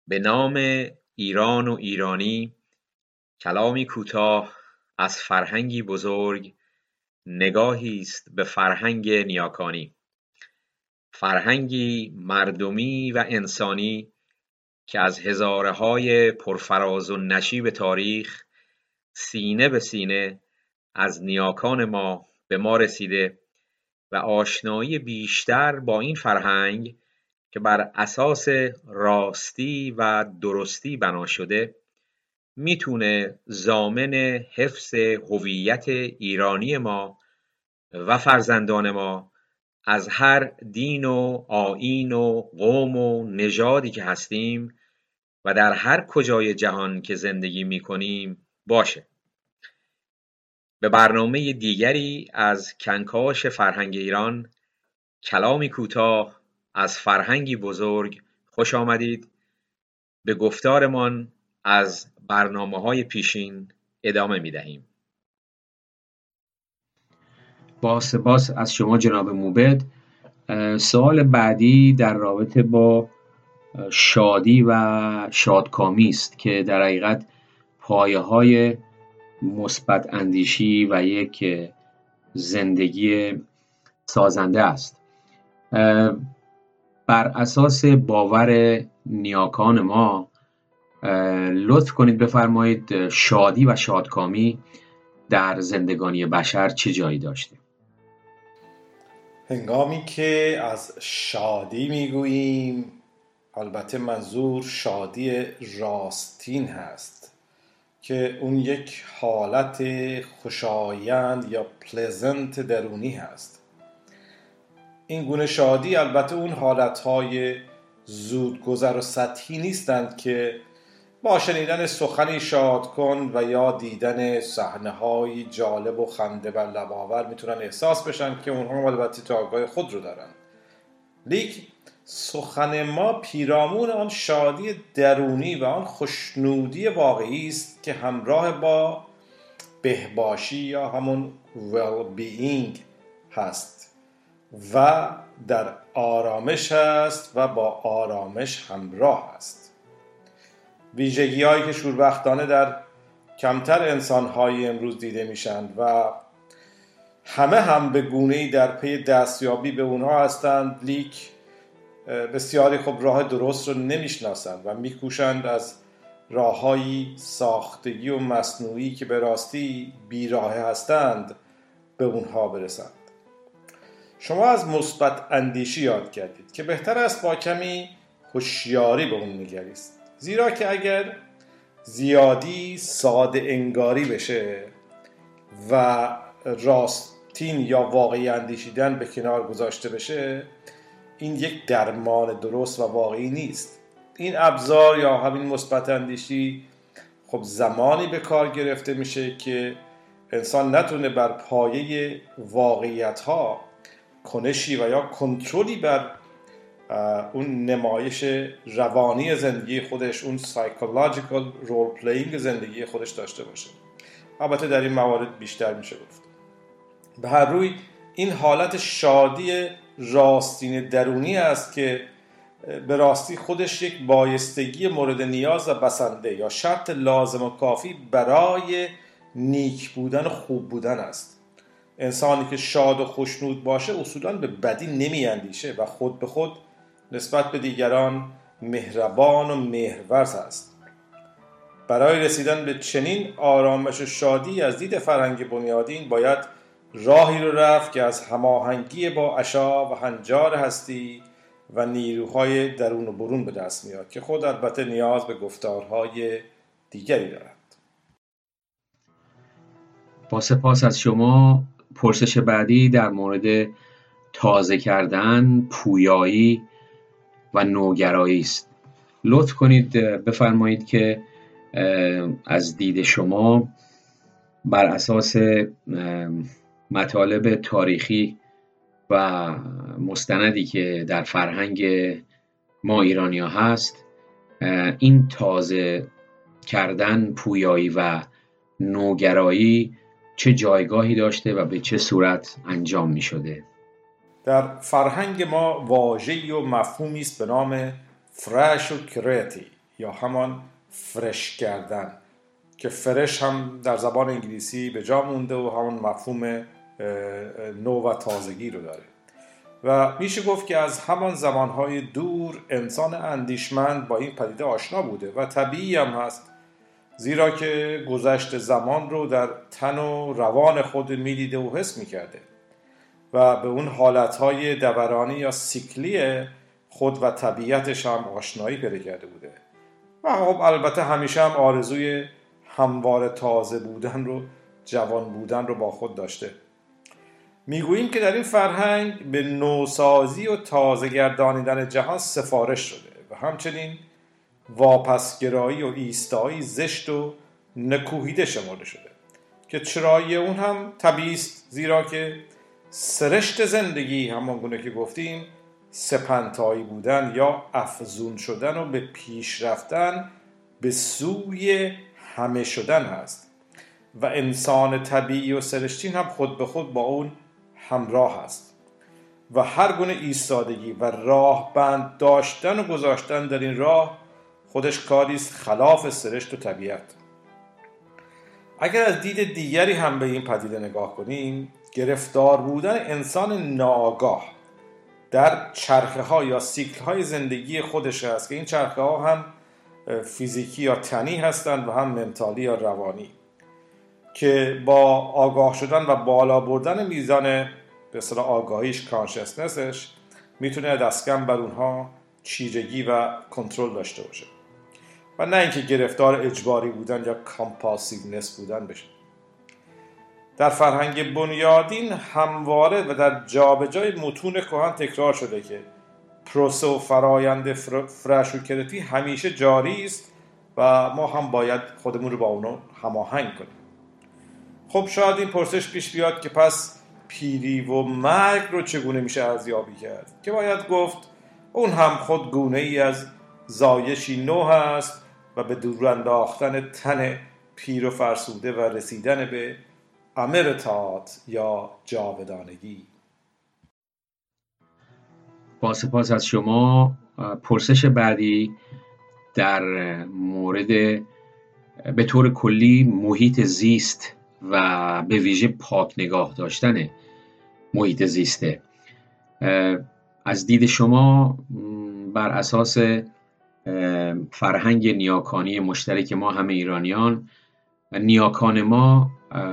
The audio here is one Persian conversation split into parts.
به نام ایران و ایرانی، کلامی کوتاه از فرهنگی بزرگ، نگاهی است به فرهنگ نیاکانی. فرهنگی مردمی و انسانی که از هزاره‌های پرفراز و نشیب تاریخ سینه به سینه از نیاکان ما به ما رسیده و آشنایی بیشتر با این فرهنگ که بر اساس راستی و درستی بنا شده میتونه ضامن حفظ هویت ایرانی ما و فرزندان ما از هر دین و آیین و قوم و نژادی که هستیم و در هر کجای جهان که زندگی میکنیم باشه. به برنامه دیگری از کنکاش فرهنگ ایران، کلامی کوتاه از فرهنگی بزرگ، خوش آمدید. به گفتارمان از برنامه‌های پیشین ادامه می‌دهیم. با سپاس از شما جناب موبد. سوال بعدی در رابطه با شادی و شادکامی است که در حقیقت پایه‌های مثبت اندیشی و یک زندگی سازنده است. بر اساس باور نیاکان ما لطف کنید بفرمایید شادی و شادکامی در زندگانی بشر چه جایی داشته؟ هنگامی که از شادی میگوییم البته منظور شادی راستین هست که اون یک حالت خوشایند یا پلزنت درونی هست. این گونه شادی البته اون حالتهای زودگذر و سطحی نیستند که با شنیدن سخنی شادکن و یا دیدن صحنه‌های جالب و خنده بر لب آور میتونن احساس بشن که اونها البته جایگاه خود رو دارن. لیک سخن ما پیرامون آن شادی درونی و آن خوشنودی واقعی است که همراه با بهباشی یا همون well being هست و در آرامش هست و با آرامش همراه است. ویژگی هایی که شوربختانه در کمتر انسان های امروز دیده میشند و همه هم به گونه‌ای در پی دستیابی به اونها هستند، لیک بسیاری خب راه درست رو نمیشناسند و میکوشند از راههایی ساختگی و مصنوعی که به راستی بیراه هستند به اونها برسند. شما از مثبت اندیشی یاد کردید که بهتر است با کمی هوشیاری به اون نگریست، زیرا که اگر زیادی ساده انگاری بشه و راستین یا واقعی اندیشیدن به کنار گذاشته بشه، این یک درمان درست و واقعی نیست. این ابزار یا همین مثبت اندیشی خب زمانی به کار گرفته میشه که انسان نتونه بر پایه واقعیت‌ها کنشی و یا کنترلی بر اون نمایش روانی زندگی خودش، اون سایکولوژیکال رول پلیینگ زندگی خودش داشته باشه. البته در این موارد بیشتر میشه گفت. به هر روی این حالت شادی راستین درونی است که به راستی خودش یک بایستگی مورد نیاز و بسنده یا شرط لازم و کافی برای نیک بودن و خوب بودن است. انسانی که شاد و خوشنود باشه اصولاً به بدی نمی اندیشه و خود به خود نسبت به دیگران مهربان و مهرورز است. برای رسیدن به چنین آرامش و شادی از دید فرهنگ بنیادین باید راهی رو رفت که از هماهنگی با اشا و هنجار هستی و نیروهای درون و برون به دست میاد که خود البته نیاز به گفتارهای دیگری دارد. با سپاس از شما. پرسش بعدی در مورد تازه کردن، پویایی و نوگرایی است. لطف کنید بفرمایید که از دید شما بر اساس مطالب تاریخی و مستندی که در فرهنگ ما ایرانی‌ها هست، این تازه کردن، پویایی و نوگرایی چه جایگاهی داشته و به چه صورت انجام می شده؟ در فرهنگ ما واژه‌ای و مفهومی است به نام فرش و کریتی یا همان فرش کردن که فرش هم در زبان انگلیسی به جا مونده و همون مفهوم نو و تازگی رو داره. و میشه گفت که از همان زمانهای دور انسان اندیشمند با این پدیده آشنا بوده و طبیعی هم هست، زیرا که گذشت زمان رو در تن و روان خود میدیده و حس میکرده و به اون حالتهای دورانی یا سیکلی خود و طبیعتش هم آشنایی پیدا کرده بوده و خب البته همیشه هم آرزوی همواره تازه بودن رو، جوان بودن رو با خود داشته. میگوییم که در این فرهنگ به نوسازی و تازه گردانیدن جهان سفارش شده و همچنین واپسگرایی و ایستایی زشت و نکوهیده شمرده شده که چرایی اون هم طبیعی است، زیرا که سرشت زندگی همان گونه که گفتیم سپنتایی بودن یا افزون شدن و به پیش رفتن به سوی همه شدن هست و انسان طبیعی و سرشتین هم خود به خود با اون همراه است و هر گونه ایستادگی و راه بند داشتن و گذاشتن در این راه خودش کاری است خلاف سرشت و طبیعت. اگر از دید دیگری هم به این پدیده نگاه کنیم، گرفتار بودن انسان ناآگاه در چرخه ها یا سیکل های زندگی خودش است که این چرخه ها هم فیزیکی یا تنی هستند و هم منتالی یا روانی، که با آگاه شدن و بالا بردن میزان به اصطلاح آگاهیش، کانشسنسش، میتونه دست کم بر اونها چیرگی و کنترل داشته باشه و نه اینکه گرفتار اجباری بودن یا کامپالسیونس بودن بشه. در فرهنگ بنیادین همواره و در جابجای متون کهن تکرار شده که پروسه و فرایند فرشوکرتی همیشه جاری است و ما هم باید خودمون رو با اونو هماهنگ کنیم. خب شاید این پرسش پیش بیاد که پس پیری و مرگ رو چگونه میشه ارزیابی کرد؟ که باید گفت اون هم خود گونه ای از زایشی نو هست و به دور انداختن تن پیر و فرسوده و رسیدن به امرتات یا جاودانگی. با سپاس از شما. پرسش بعدی در مورد به طور کلی محیط زیست و به ویژه پاک نگاه داشتن محیط زیسته. از دید شما بر اساس فرهنگ نیاکانی مشترک ما همه ایرانیان، نیاکان ما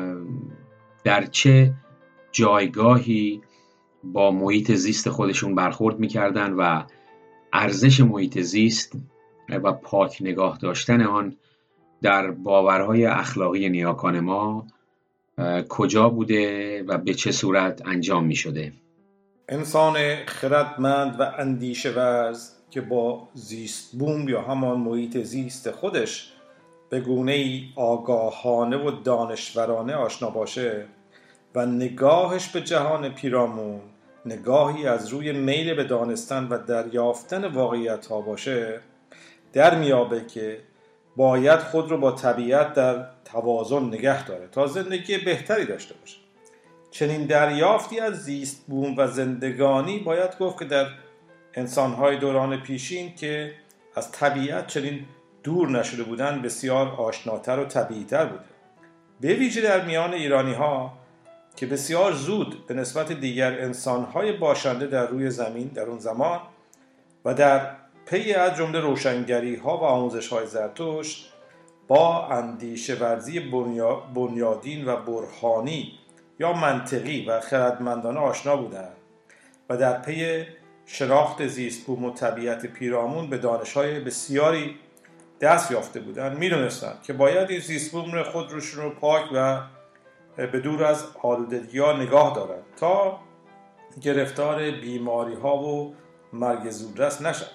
در چه جایگاهی با محیط زیست خودشون برخورد می‌کردن و ارزش محیط زیست و پاک نگاه داشتن آن در باورهای اخلاقی نیاکان ما کجا بوده و به چه صورت انجام می‌شده؟ انسان خردمند و اندیشه ورز که با زیست بوم یا همان محیط زیست خودش به گونه‌ای آگاهانه و دانشورانه آشنا باشه و نگاهش به جهان پیرامون نگاهی از روی میل به دانستن و دریافتن واقعیت‌ها باشه، در میابه که باید خود رو با طبیعت در توازن نگه داره تا زندگی بهتری داشته باشه. چنین دریافتی از زیست بوم و زندگانی باید گفت که در انسان‌های دوران پیشین که از طبیعت چنین دور نشده بودن بسیار آشناتر و طبیعی‌تر بوده، به ویژه در میان ایرانی‌ها که بسیار زود به نسبت دیگر انسان‌های باشنده در روی زمین در اون زمان و در پی از جمله روشنگری‌ها و آموزش‌های زرتشت با اندیشه ورزی بنیادین و برهانی یا منطقی و خردمندانه آشنا بودند و در پی شناخت زیست بوم و طبیعت پیرامون به دانش‌های بسیاری دست یافته بودند. می‌دونستند که باید این زیست بوم خود رو پاک و به دور از آلودگی‌ها نگاه دارند تا گرفتار بیماری‌ها و مرگ زودرس نشد.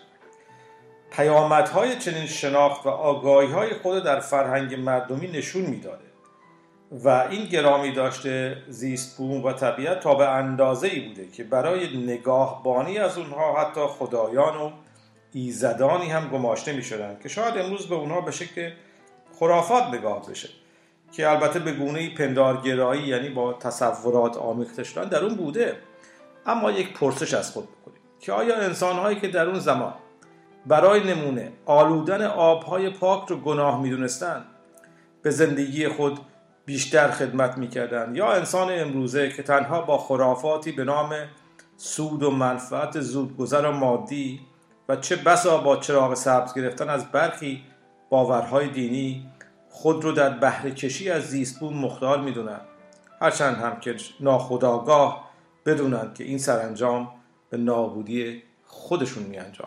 پیامدهای چنین شناخت و آگاهی‌های خود در فرهنگ مردمی نشون می‌داده و این گرامی داشته زیست بوم و طبیعت تا به اندازه‌ای بوده که برای نگاهبانی از اونها حتی خدایان و ایزدانی هم گماشته می‌شدند که شاید امروز به اونها به شکل خرافات نگاه بشه، که البته به گونه‌ای پندارگرایی یعنی با تصورات آمیخته شدن در اون بوده. اما یک پرسش از خود بکنیم که آیا انسان‌هایی که در اون زمان برای نمونه آلودن آبهای پاک رو گناه میدونستن، به زندگی خود بیشتر خدمت میکردن. یا انسان امروزه که تنها با خرافاتی به نام سود و منفعت زودگذر و مادی و چه بسا با چراغ سبز گرفتن از برخی باورهای دینی خود رو در بهره کشی از زیستبوم مختار میدونن، هرچند هم که ناخودآگاه بدونن که این سرانجام به نابودی خودشون میانجامه.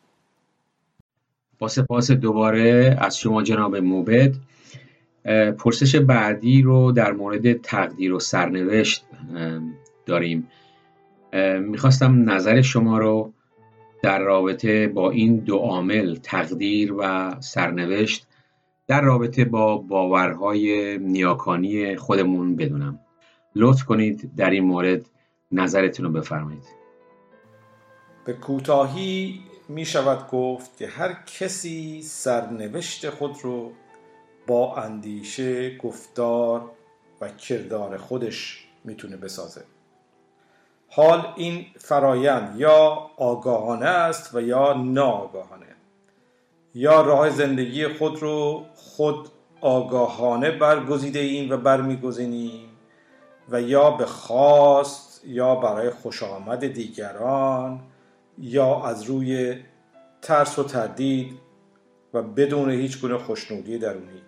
با سپاس دوباره از شما جناب موبد. پرسش بعدی رو در مورد تقدیر و سرنوشت داریم. میخواستم نظر شما رو در رابطه با این دو عامل، تقدیر و سرنوشت، در رابطه با باورهای نیاکانی خودمون بدونم. لطف کنید در این مورد نظرتون رو بفرمایید. به کوتاهی می شود گفت که هر کسی سرنوشت خود رو با اندیشه، گفتار و کردار خودش میتونه بسازه. حال این فرایند یا آگاهانه است و یا ناآگاهانه. یا راه زندگی خود رو خود آگاهانه برگزیده ایم و برمیگزینیم و یا به خواست یا برای خوش آمد دیگران یا از روی ترس و تردید و بدون هیچ گونه خوشنودی درونی.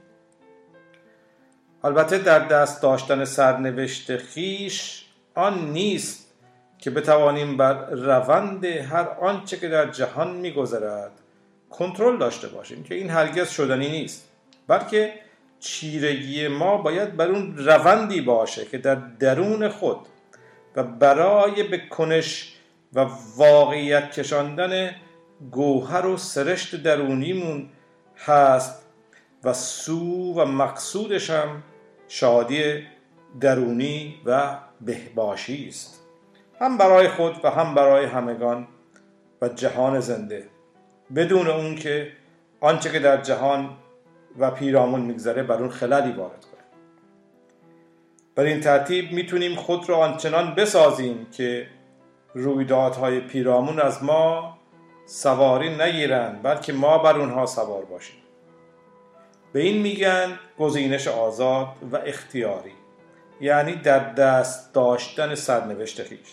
البته در دست داشتن سرنوشت خیش آن نیست که بتوانیم بر روند هر آنچه که در جهان می‌گذرد کنترل داشته باشیم، که این هرگز شدنی نیست، بلکه چیرگی ما باید بر اون روندی باشه که در درون خود و برای به کنش و واقعیت کشاندن گوهر و سرشت درونیمون هست و سو و مقصودش هم شادی درونی و بهباشی است، هم برای خود و هم برای همگان و جهان زنده، بدون اون که آنچه که در جهان و پیرامون میگذره بر اون خللی وارد کنه. بر این ترتیب میتونیم خود را آنچنان بسازیم که رویدادهای پیرامون از ما سواری نگیرند، بلکه ما بر اونها سوار باشیم. به این میگن گزینش آزاد و اختیاری، یعنی در دست داشتن سرنوشت خویش.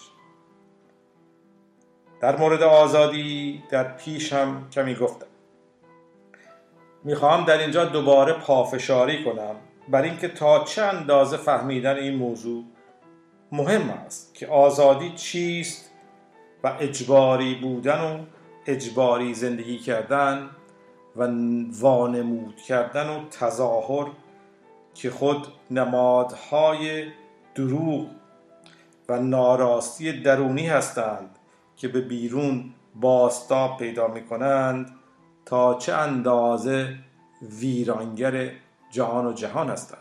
در مورد آزادی در پیش هم کمی گفتم. میخوام در اینجا دوباره پافشاری کنم بر اینکه تا چه اندازه فهمیدن این موضوع مهم است که آزادی چیست و اجباری بودن و اجباری زندگی کردن و وانمود کردن و تظاهر که خود نمادهای دروغ و ناراستی درونی هستند که به بیرون بازتاب پیدا می کنند، تا چه اندازه ویرانگر جهان و جهان هستند.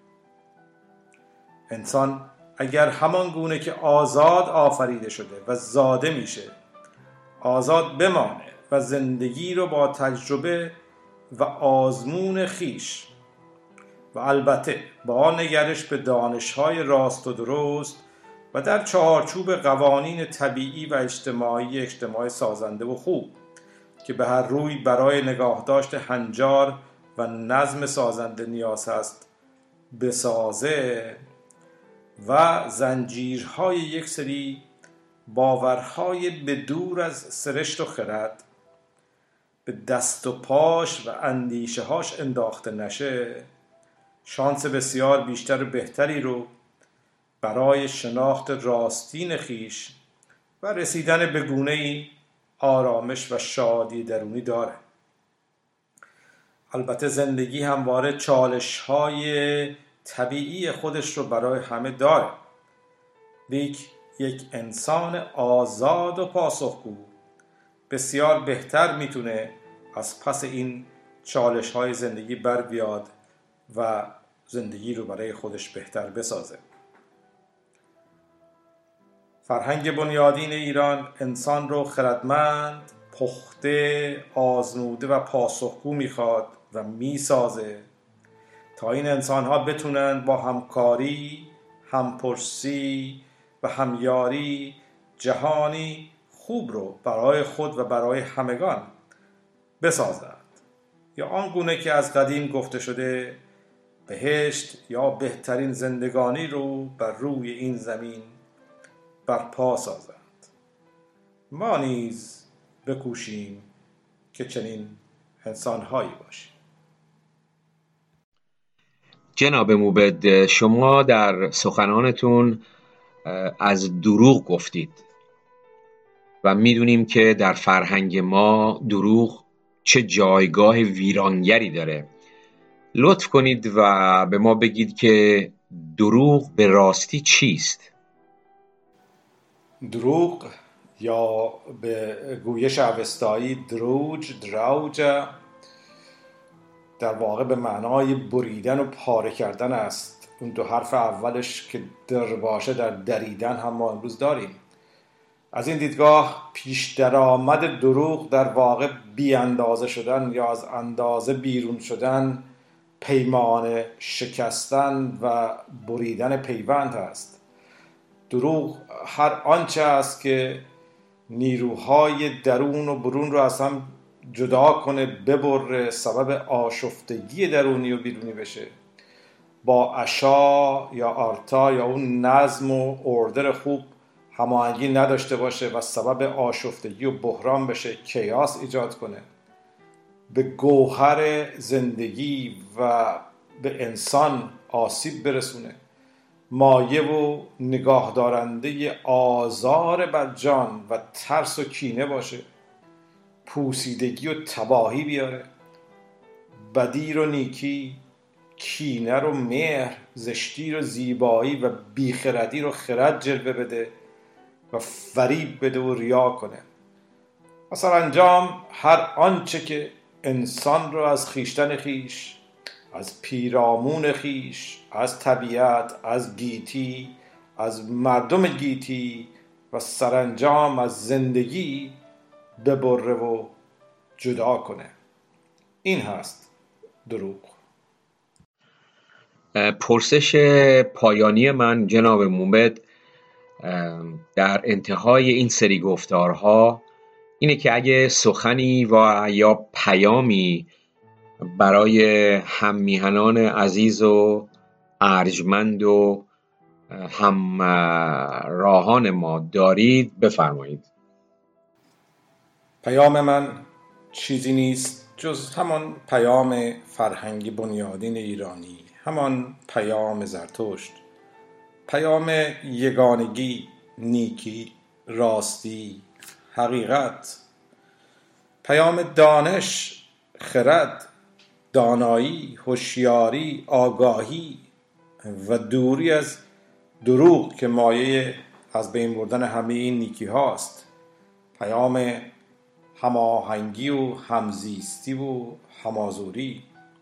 انسان اگر همان گونه که آزاد آفریده شده و زاده میشه آزاد بمانه و زندگی رو با تجربه و آزمون خیش و البته با نگرش به دانش‌های راست و درست و در چارچوب قوانین طبیعی و اجتماعی سازنده و خوب که به هر روی برای نگاهداشت هنجار و نظم سازنده نیاز است بسازه و زنجیرهای یک سری باورهای به دور از سرشت و خرد به دست و پاش و اندیشه هاش انداخته نشه، شانس بسیار بیشتر و بهتری رو برای شناخت راستین خیش و رسیدن به گونه‌ای آرامش و شادی درونی داره. البته زندگی همواره چالش‌های طبیعی خودش رو برای همه داره، لیک یک انسان آزاد و پاسخگو بسیار بهتر میتونه از پس این چالش‌های زندگی بر بیاد و زندگی رو برای خودش بهتر بسازه. فرهنگ بنیادین ایران انسان رو خردمند، پخته، آزموده و پاسخگو میخواد و میسازه تا این انسان‌ها بتونن با همکاری، همپرسی و همیاری جهانی خوب رو برای خود و برای همگان بسازد، یا آنگونه که از قدیم گفته شده بهشت یا بهترین زندگانی رو بر روی این زمین برپا سازد. ما نیز بکوشیم که چنین انسان‌هایی باشیم. جناب موبد، شما در سخنانتون از دروغ گفتید و میدونیم که در فرهنگ ما دروغ چه جایگاه ویرانگری داره. لطف کنید و به ما بگید که دروغ به راستی چیست؟ دروغ یا به گویش اوستایی دروج در واقع به معنای بریدن و پاره کردن است. اون دو حرف اولش که در باشه در دریدن هم ما امروز داریم. از این دیدگاه پیش درآمد دروغ در واقع بی اندازه شدن یا از اندازه بیرون شدن، پیمان شکستن و بریدن پیوند است. دروغ هر آنچه است که نیروهای درون و برون رو از هم جدا کنه، ببره، سبب آشفتگی درونی و بیرونی بشه، با اشا یا آرتا یا اون نظم و اردر خوب هماهنگی نداشته باشه و سبب آشفتگی و بحران بشه، کیاس ایجاد کنه، به گوهر زندگی و به انسان آسیب برسونه، مایه و نگاه دارنده آزار بر جان و ترس و کینه باشه، پوسیدگی و تباهی بیاره، بدی رو نیکی، کینه رو مهر، زشتی رو زیبایی و بیخردی رو خرد جلوه بده و فریب بده و ریا کنه. مثلا انجام هر آنچه که انسان رو از خیشتن خیش، از پیرامون خیش، از طبیعت، از گیتی، از مردم گیتی و سرانجام از زندگی ببره و جدا کنه. این هست دروغ. پرسش پایانی من جناب موبد در انتهای این سری گفتارها اینه که اگه سخنی و یا پیامی برای هم میهنان عزیز و ارجمند و هم راهان ما دارید بفرمایید. پیام من چیزی نیست جز همان پیام فرهنگی بنیادین ایرانی، همان پیام زرتشت، پیام یگانگی، نیکی، راستی، حقیقت، پیام دانش، خرد، دانایی، هوشیاری، آگاهی و دوری از دروغ که مایه از بین بردن همه این نیکی هاست، پیام هماهنگی و همزیستی و همازوری.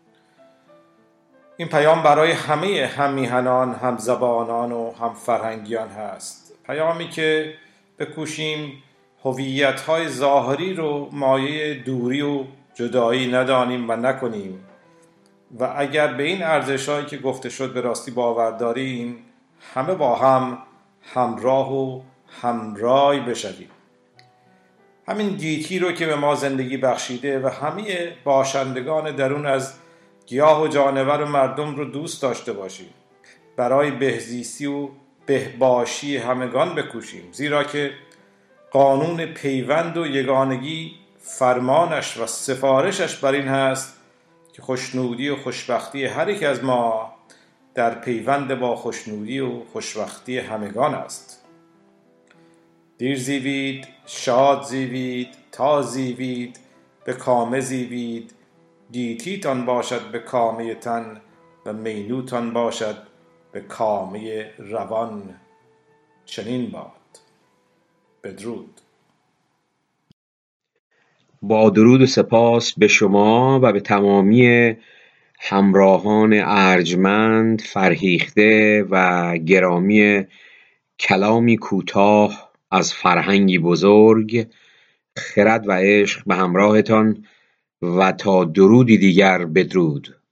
این پیام برای همه هممیهنان، همزبانان و همفرهنگیان هست، پیامی که بکوشیم هویت‌های ظاهری رو مایه دوری و جدایی ندانیم و نکنیم و اگر به این ارزش‌هایی که گفته شد به راستی باور داریم، همه با هم همراه و همرای بشویم. همین گیتی رو که به ما زندگی بخشیده و همه باشندگان درون از گیاه و جانور و مردم رو دوست داشته باشیم، برای بهزیستی و بهباشی همگان بکوشیم، زیرا که قانون پیوند و یگانگی فرمانش و سفارشش بر این هست که خوشنودی و خوشبختی هر یک از ما در پیوند با خوشنودی و خوشبختی همگان است. دیر زیوید، شاد زیوید، تا زیوید، به کامه زیوید، گیتیتان باشد به کامه تن و مینوتان باشد به کامه روان. چنین باد. بدرود. با درود و سپاس به شما و به تمامی همراهان ارجمند، فرهیخته و گرامی کلامی کوتاه از فرهنگی بزرگ. خرد و عشق به همراهتان و تا درودی دیگر بدرود.